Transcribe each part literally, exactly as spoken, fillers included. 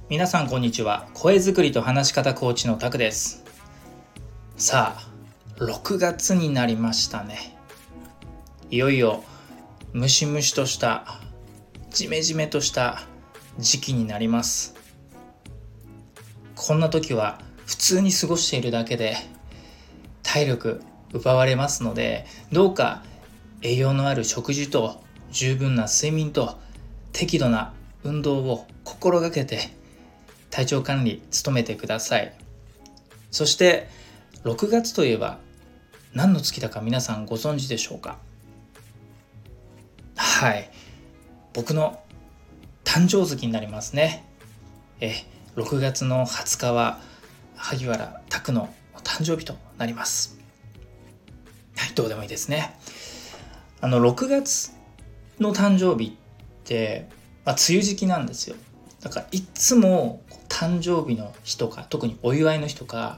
皆さんこんにちは。声作りと話し方コーチのタクです。さあ、ろくがつになりましたね。いよいよムシムシとしたジメジメとした時期になります。こんな時は普通に過ごしているだけで体力奪われますので、どうか栄養のある食事と十分な睡眠と適度な運動を心がけて体調管理努めてください。そしてろくがつといえば何の月だか皆さんご存知でしょうか？はい、僕の誕生月になりますね。えろくがつのはつかは萩原拓の誕生日となります。はい、どうでもいいですね。あのろくがつの誕生日って、まあ、梅雨時期なんですよ。だからいつも誕生日の日とか、特にお祝いの日とか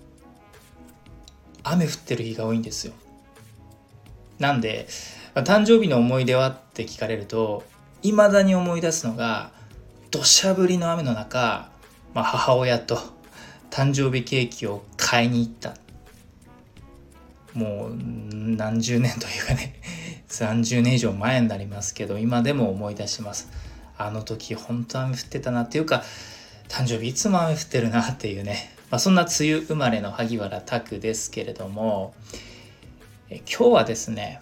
雨降ってる日が多いんですよ。なんで誕生日の思い出はって聞かれると、未だに思い出すのが土砂降りの雨の中、まあ、母親と誕生日ケーキを買いに行った。もう何十年というかねさんじゅうねん以上前になりますけど、今でも思い出します。あの時本当雨降ってたなっていうか、誕生日いつも雨降ってるなっていうね、まあ、そんな梅雨生まれの萩原拓ですけれども、え今日はですね、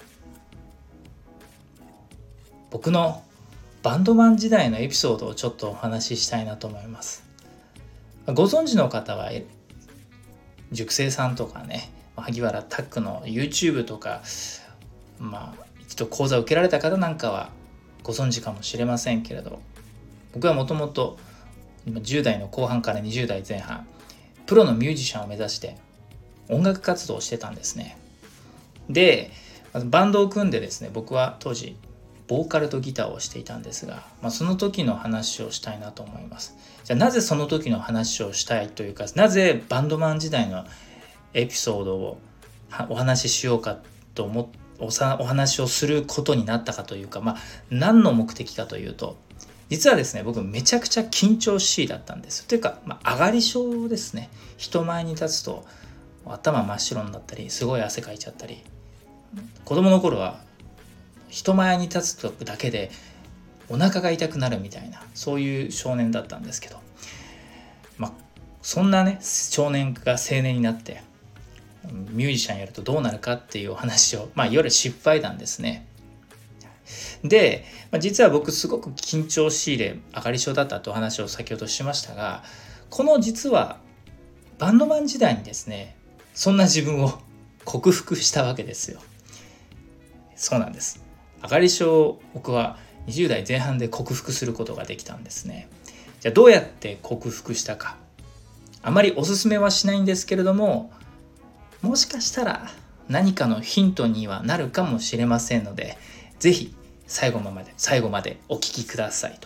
僕のバンドマン時代のエピソードをちょっとお話ししたいなと思います。ご存知の方は塾生さんとかね、萩原拓の YouTube とか、まあ一度講座を受けられた方なんかはご存知かもしれませんけれど、僕はもともとじゅう代の後半からにじゅう代前半、プロのミュージシャンを目指して音楽活動をしてたんですね。で、バンドを組んでですね、僕は当時ボーカルとギターをしていたんですが、まあ、その時の話をしたいなと思います。じゃあなぜその時の話をしたいというか、なぜバンドマン時代のエピソードをお話ししようかと思っておさお話をすることになったかというか、まあ、何の目的かというと、実はですね、僕めちゃくちゃ緊張しいだったんです。というか、まあ、上がり症ですね。人前に立つと頭真っ白になったり、すごい汗かいちゃったり、子供の頃は人前に立つだけでお腹が痛くなるみたいな、そういう少年だったんですけど、まあ、そんなね少年が青年になってミュージシャンやるとどうなるかっていうお話を、まあいわゆる失敗談ですね。で、まあ、実は僕すごく緊張しいで上がり症だったとお話を先ほどしましたが、この実はバンドマン時代にですね、そんな自分を克服したわけですよ。そうなんです。上がり症を僕はにじゅう代前半で克服することができたんですね。じゃあどうやって克服したか、あまりおすすめはしないんですけれども、もしかしたら何かのヒントにはなるかもしれませんので、ぜひ最後まで最後までお聞きくださいと。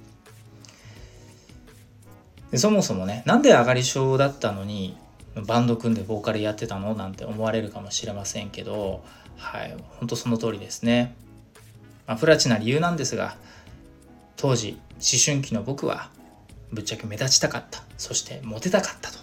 でそもそもね、なんで上がり症だったのにバンド組んでボーカルやってたのなんて思われるかもしれませんけど、はい、本当その通りですね。まあ、不埒な理由なんですが、当時思春期の僕はぶっちゃけ目立ちたかった、そしてモテたかったと。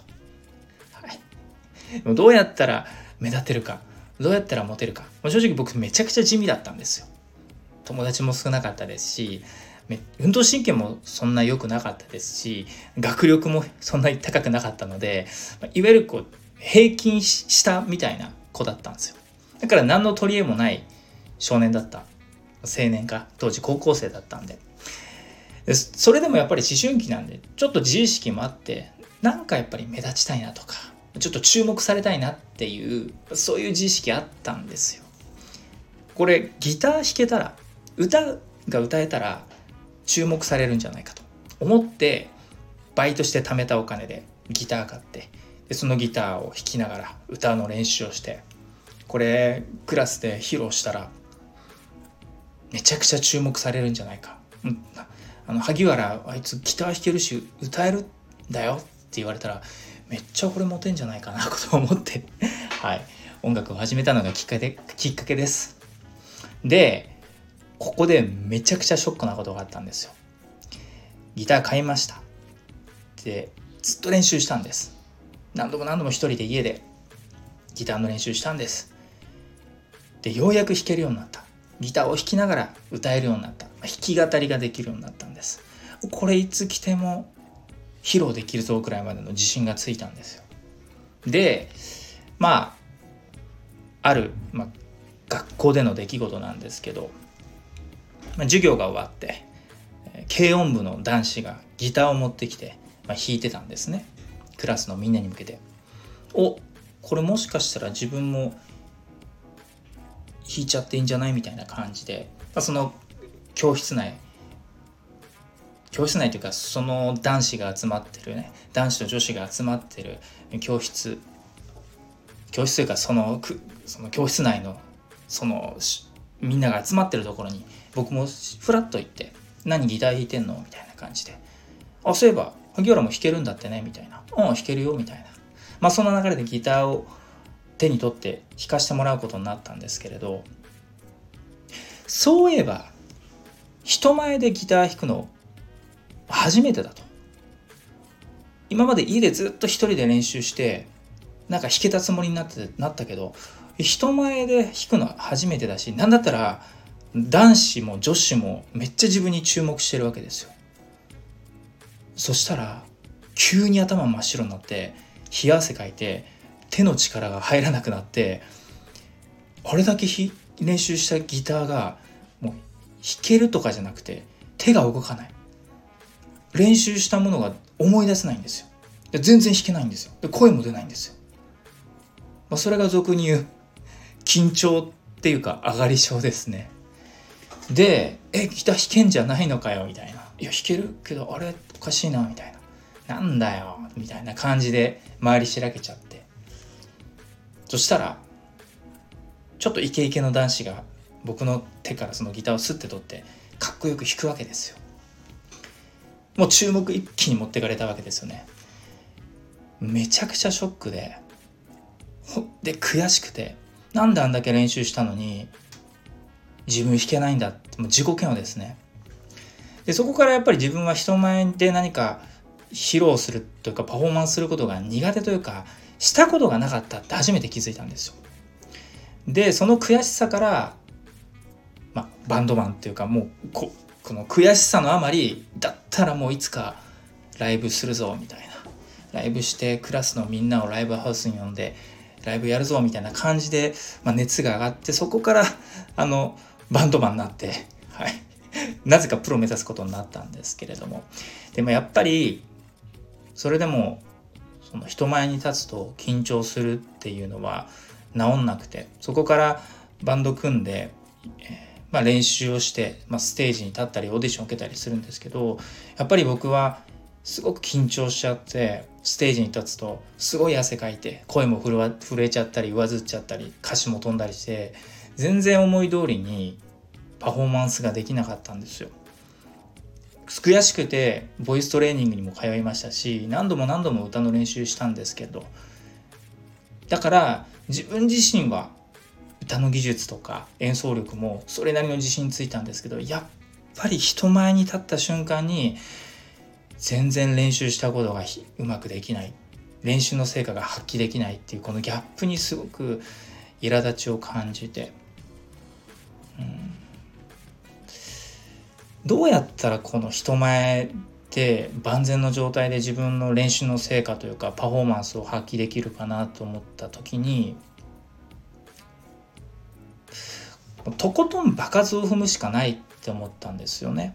どうやったら目立てるか、どうやったらモテるか、正直僕めちゃくちゃ地味だったんですよ。友達も少なかったですし、運動神経もそんな良くなかったですし、学力もそんなに高くなかったので、いわゆるこう平均したみたいな子だったんですよ。だから何の取り柄もない少年だった、青年か、当時高校生だったんで。それでもやっぱり思春期なんで、ちょっと自意識もあって、なんかやっぱり目立ちたいなとか、ちょっと注目されたいなっていう、そういう自意識あったんですよ。これギター弾けたら、歌が歌えたら注目されるんじゃないかと思って、バイトして貯めたお金でギター買って、でそのギターを弾きながら歌の練習をして、これクラスで披露したらめちゃくちゃ注目されるんじゃないか、うん、あの萩原あいつギター弾けるし歌えるんだよって言われたら、めっちゃこれモテんじゃないかなと思ってはい、音楽を始めたのがきっかけで、きっかけです。で、ここでめちゃくちゃショックなことがあったんですよ。ギター買いました。 てずっと練習したんです。何度も何度も一人で家でギターの練習したんです。でようやく弾けるようになった。ギターを弾きながら歌えるようになった。弾き語りができるようになったんです。これいつ来ても披露できるぞくらいまでの自信がついたんですよ。でまあある、まあ、学校での出来事なんですけど、まあ、授業が終わって軽音部の男子がギターを持ってきて、まあ、弾いてたんですね。クラスのみんなに向けて、おこれもしかしたら自分も弾いちゃっていいんじゃないみたいな感じで、まあ、その教室内教室内というかその男子が集まってるね男子と女子が集まってる教室教室というかそのその教室内のそのみんなが集まってるところに僕もフラッと行って、何ギター弾いてんのみたいな感じで、あそういえば萩原も弾けるんだってねみたいな、うん弾けるよみたいな、まあそんな流れでギターを手に取って弾かしてもらうことになったんですけれど、そういえば人前でギター弾くの初めてだと。今まで家でずっと一人で練習してなんか弾けたつもりになってなったけど、人前で弾くのは初めてだし、なんだったら男子も女子もめっちゃ自分に注目してるわけですよ。そしたら急に頭真っ白になって冷や汗かいて手の力が入らなくなって、あれだけ練習したギターがもう弾けるとかじゃなくて手が動かない、練習したものが思い出せないんですよ。で全然弾けないんですよ。で声も出ないんですよ。まあ、それが俗に言う緊張っていうか上がり症ですね。でえギター弾けんじゃないのかよみたいな、いや弾けるけどあれおかしいなみたいな、なんだよみたいな感じで周りしらけちゃって、そしたらちょっとイケイケの男子が僕の手からそのギターをスッて取ってかっこよく弾くわけですよ。もう注目一気に持ってかれたわけですよね。めちゃくちゃショックでで悔しくて、なんであんだけ練習したのに自分弾けないんだって、もう自己嫌悪ですね。でそこからやっぱり自分は人前で何か披露するというかパフォーマンスすることが苦手というかしたことがなかったって初めて気づいたんですよ。でその悔しさから、まあ、バンドマンっていうかもう こ, この悔しさのあまりだったらもういつかライブするぞみたいな、ライブしてクラスのみんなをライブハウスに呼んでライブやるぞみたいな感じで、まあ、熱が上がって、そこからあのバンドマンになって、はい、なぜかプロ目指すことになったんですけれども、でもやっぱりそれでもその人前に立つと緊張するっていうのは治んなくて、そこからバンド組んで、えーまあ、練習をして、まあ、ステージに立ったりオーディションを受けたりするんですけど、やっぱり僕はすごく緊張しちゃって、ステージに立つとすごい汗かいて声も震えちゃったり上ずっちゃったり歌詞も飛んだりして、全然思い通りにパフォーマンスができなかったんですよ。悔しくてボイストレーニングにも通いましたし、何度も何度も歌の練習したんですけど、だから自分自身は歌の技術とか演奏力もそれなりの自信ついたんですけど、やっぱり人前に立った瞬間に全然練習したことがうまくできない、練習の成果が発揮できないっていうこのギャップにすごく苛立ちを感じて、うん、どうやったらこの人前で万全の状態で自分の練習の成果というかパフォーマンスを発揮できるかなと思った時に、とことん場数を踏むしかないって思ったんですよね。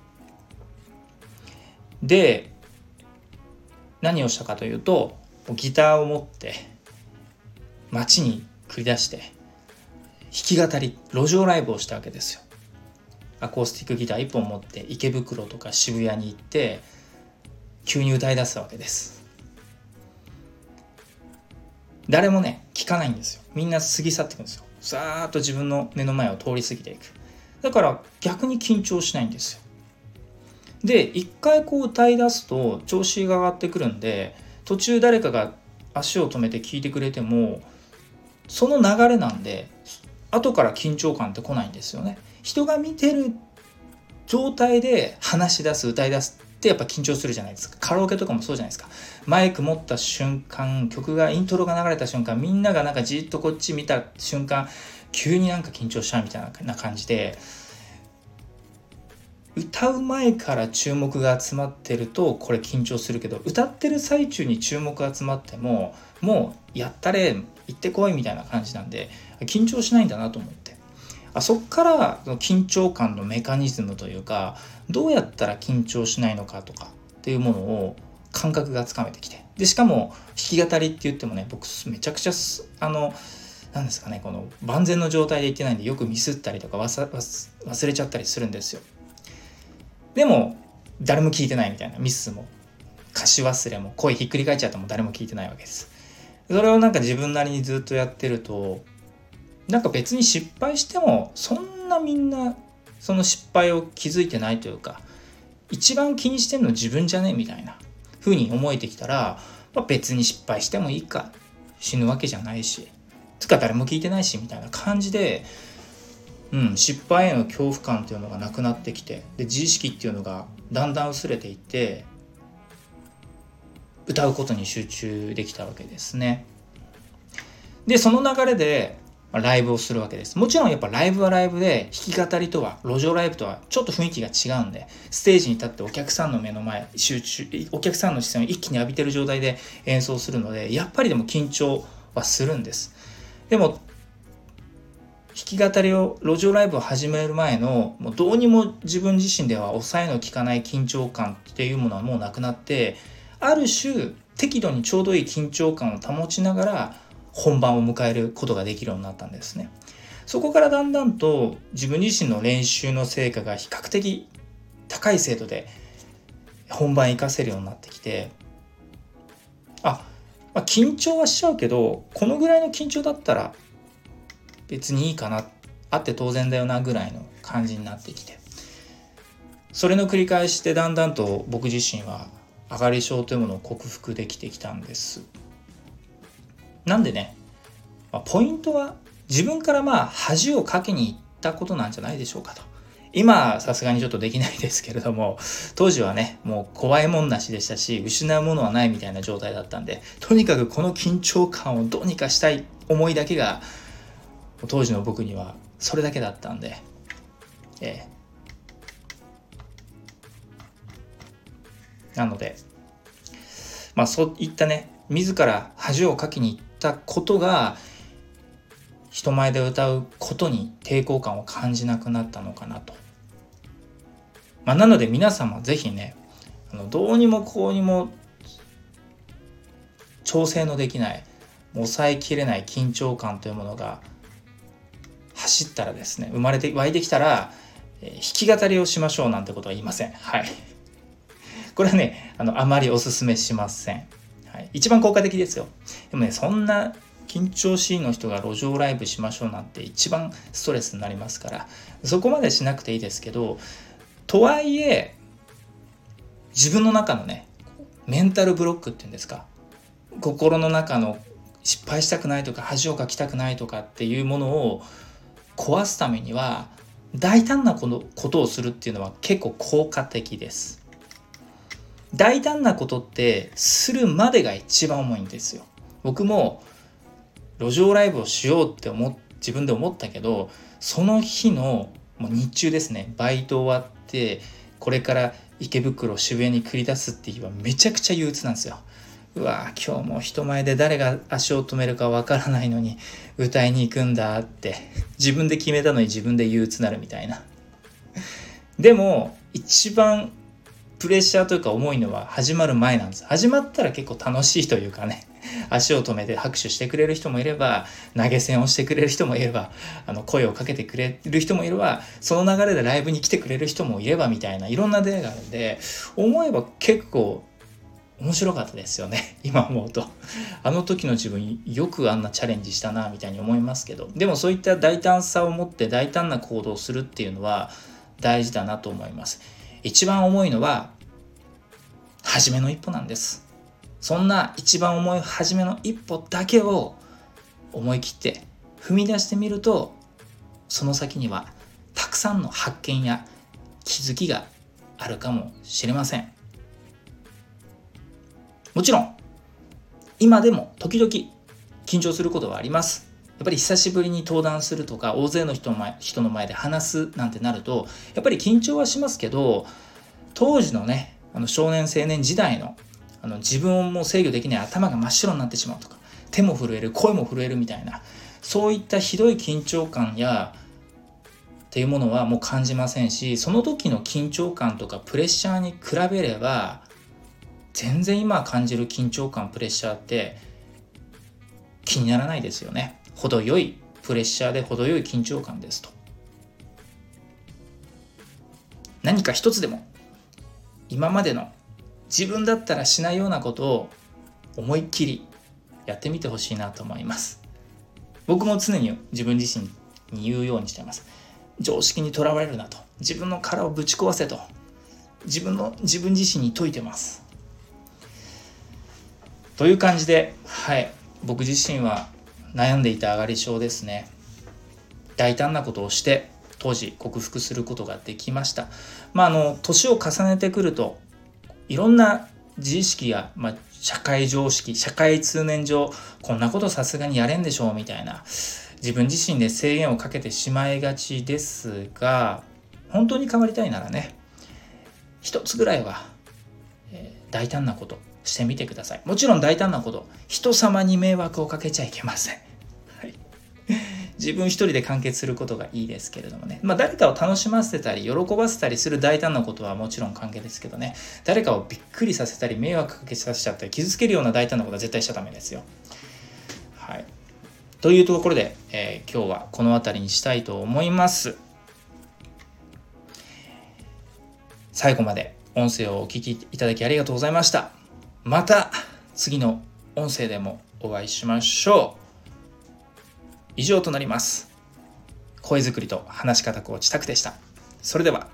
で何をしたかというと、ギターを持って街に繰り出して弾き語り路上ライブをしたわけですよ。アコースティックギターいっぽん持って池袋とか渋谷に行って急に歌い出すわけです。誰もね聞かないんですよ。みんな過ぎ去っていくんですよ。さーっと自分の目の前を通り過ぎていく。だから逆に緊張しないんですよ。で一回こう歌い出すと調子が上がってくるんで、途中誰かが足を止めて聞いてくれてもその流れなんで後から緊張感って来ないんですよね。人が見てる状態で話し出す歌い出すっってやっぱ緊張するじゃないですか。カラオケとかもそうじゃないですか。マイク持った瞬間、曲がイントロが流れた瞬間、みんながなんかじっとこっち見た瞬間、急になんか緊張しちゃうみたいな感じで、歌う前から注目が集まってるとこれ緊張するけど、歌ってる最中に注目が集まってももうやったれ行ってこいみたいな感じなんで緊張しないんだなと思って、あそっから緊張感のメカニズムというか、どうやったら緊張しないのかとかっていうものを感覚がつかめてきて、でしかも弾き語りって言ってもね、僕めちゃくちゃあのなんですかね、この万全の状態で言ってないんでよくミスったりとか忘れちゃったりするんですよ。でも誰も聞いてないみたいな、ミスも歌詞忘れも声ひっくり返っちゃっても誰も聞いてないわけです。それをなんか自分なりにずっとやってると、なんか別に失敗してもそんなみんなその失敗を気づいてないというか、一番気にしてるの自分じゃねみたいな風に思えてきたら、まあ、別に失敗してもいいか、死ぬわけじゃないし、つか誰も聞いてないしみたいな感じで、うん、失敗への恐怖感っていうのがなくなってきて、で自意識っていうのがだんだん薄れていって、歌うことに集中できたわけですね。でその流れでライブをするわけです。もちろんやっぱライブはライブで、弾き語りとは路上ライブとはちょっと雰囲気が違うんで、ステージに立ってお客さんの目の前集中、お客さんの視線を一気に浴びてる状態で演奏するので、やっぱりでも緊張はするんです。でも弾き語りを路上ライブを始める前のもうどうにも自分自身では抑えの効かない緊張感っていうものはもうなくなって、ある種適度にちょうどいい緊張感を保ちながら本番を迎えることができるようになったんですね。そこからだんだんと自分自身の練習の成果が比較的高い精度で本番活かせるようになってきて、あ、まあ、緊張はしちゃうけどこのぐらいの緊張だったら別にいいかな、あって当然だよなぐらいの感じになってきて、それの繰り返しでだんだんと僕自身は上がり症というものを克服できてきたんです。なんでね、まあ、ポイントは自分からまあ恥をかけに行ったことなんじゃないでしょうかと。今さすがにちょっとできないですけれども、当時はねもう怖いもんなしでしたし、失うものはないみたいな状態だったんで、とにかくこの緊張感をどうにかしたい思いだけが当時の僕にはそれだけだったんで、えー、なのでまあそういったね、自ら恥をかきに行ったことが人前で歌うことに抵抗感を感じなくなったのかなと。まあ、なので皆様ぜひね、あのどうにもこうにも調整のできない、抑えきれない緊張感というものが走ったらですね、生まれて湧いてきたら、えー、弾き語りをしましょうなんてことは言いません。はい。これはね、あのあまりお勧めしません。はい、一番効果的ですよ。でもね、そんな緊張しいの人が路上ライブしましょうなんて一番ストレスになりますから、そこまでしなくていいですけど、とはいえ自分の中のねメンタルブロックっていうんですか、心の中の失敗したくないとか恥をかきたくないとかっていうものを壊すためには大胆なことをするっていうのは結構効果的です。大胆なことってするまでが一番重いんですよ。僕も路上ライブをしようって思っ自分で思ったけど、その日のもう日中ですね、バイト終わってこれから池袋渋谷に繰り出すっていう日はめちゃくちゃ憂鬱なんですよ。うわ今日も人前で誰が足を止めるかわからないのに歌いに行くんだって自分で決めたのに自分で憂鬱なるみたいな。でも一番プレッシャーというか重いのは始まる前なんです。始まったら結構楽しいというかね、足を止めて拍手してくれる人もいれば、投げ銭をしてくれる人もいれば、あの声をかけてくれる人もいれば、その流れでライブに来てくれる人もいればみたいな、いろんな出会いがあるんで、思えば結構面白かったですよね。今思うとあの時の自分よくあんなチャレンジしたなみたいに思いますけど、でもそういった大胆さを持って大胆な行動をするっていうのは大事だなと思います。一番重いのは初めの一歩なんです。そんな一番重い初めの一歩だけを思い切って踏み出してみると、その先にはたくさんの発見や気づきがあるかもしれません。 もちろん今でも時々緊張することはあります。やっぱり久しぶりに登壇するとか大勢の人の前、人の前で話すなんてなるとやっぱり緊張はしますけど、当時のねあの少年青年時代のあの自分をもう制御できない、頭が真っ白になってしまうとか、手も震える、声も震えるみたいな、そういったひどい緊張感やっていうものはもう感じませんし、その時の緊張感とかプレッシャーに比べれば全然今感じる緊張感、プレッシャーって気にならないですよね。程よいプレッシャーで程よい緊張感ですと。何か一つでも今までの自分だったらしないようなことを思いっきりやってみてほしいなと思います。僕も常に自分自身に言うようにしています。常識にとらわれるなと、自分の殻をぶち壊せと、自分の自分自身に説いてます。という感じで、はい、僕自身は悩んでいた上がり症ですね。大胆なことをして当時克服することができました。まああの年を重ねてくるといろんな自意識や、まあ、社会常識、社会通念上こんなことさすがにやれんでしょうみたいな、自分自身で制限をかけてしまいがちですが、本当に変わりたいならね、一つぐらいは、えー、大胆なことしてみてください。もちろん大胆なこと、人様に迷惑をかけちゃいけません。はい、自分一人で完結することがいいですけれどもね、まあ、誰かを楽しませたり喜ばせたりする大胆なことはもちろん関係ですけどね、誰かをびっくりさせたり迷惑かけさせちゃったり傷つけるような大胆なことは絶対しちゃダメですよ。はい、というところで、えー、今日はこの辺りにしたいと思います。最後まで音声をお聞きいただきありがとうございました。また次の音声でもお会いしましょう。以上となります。声作りと話し方コーチタクでした。それでは。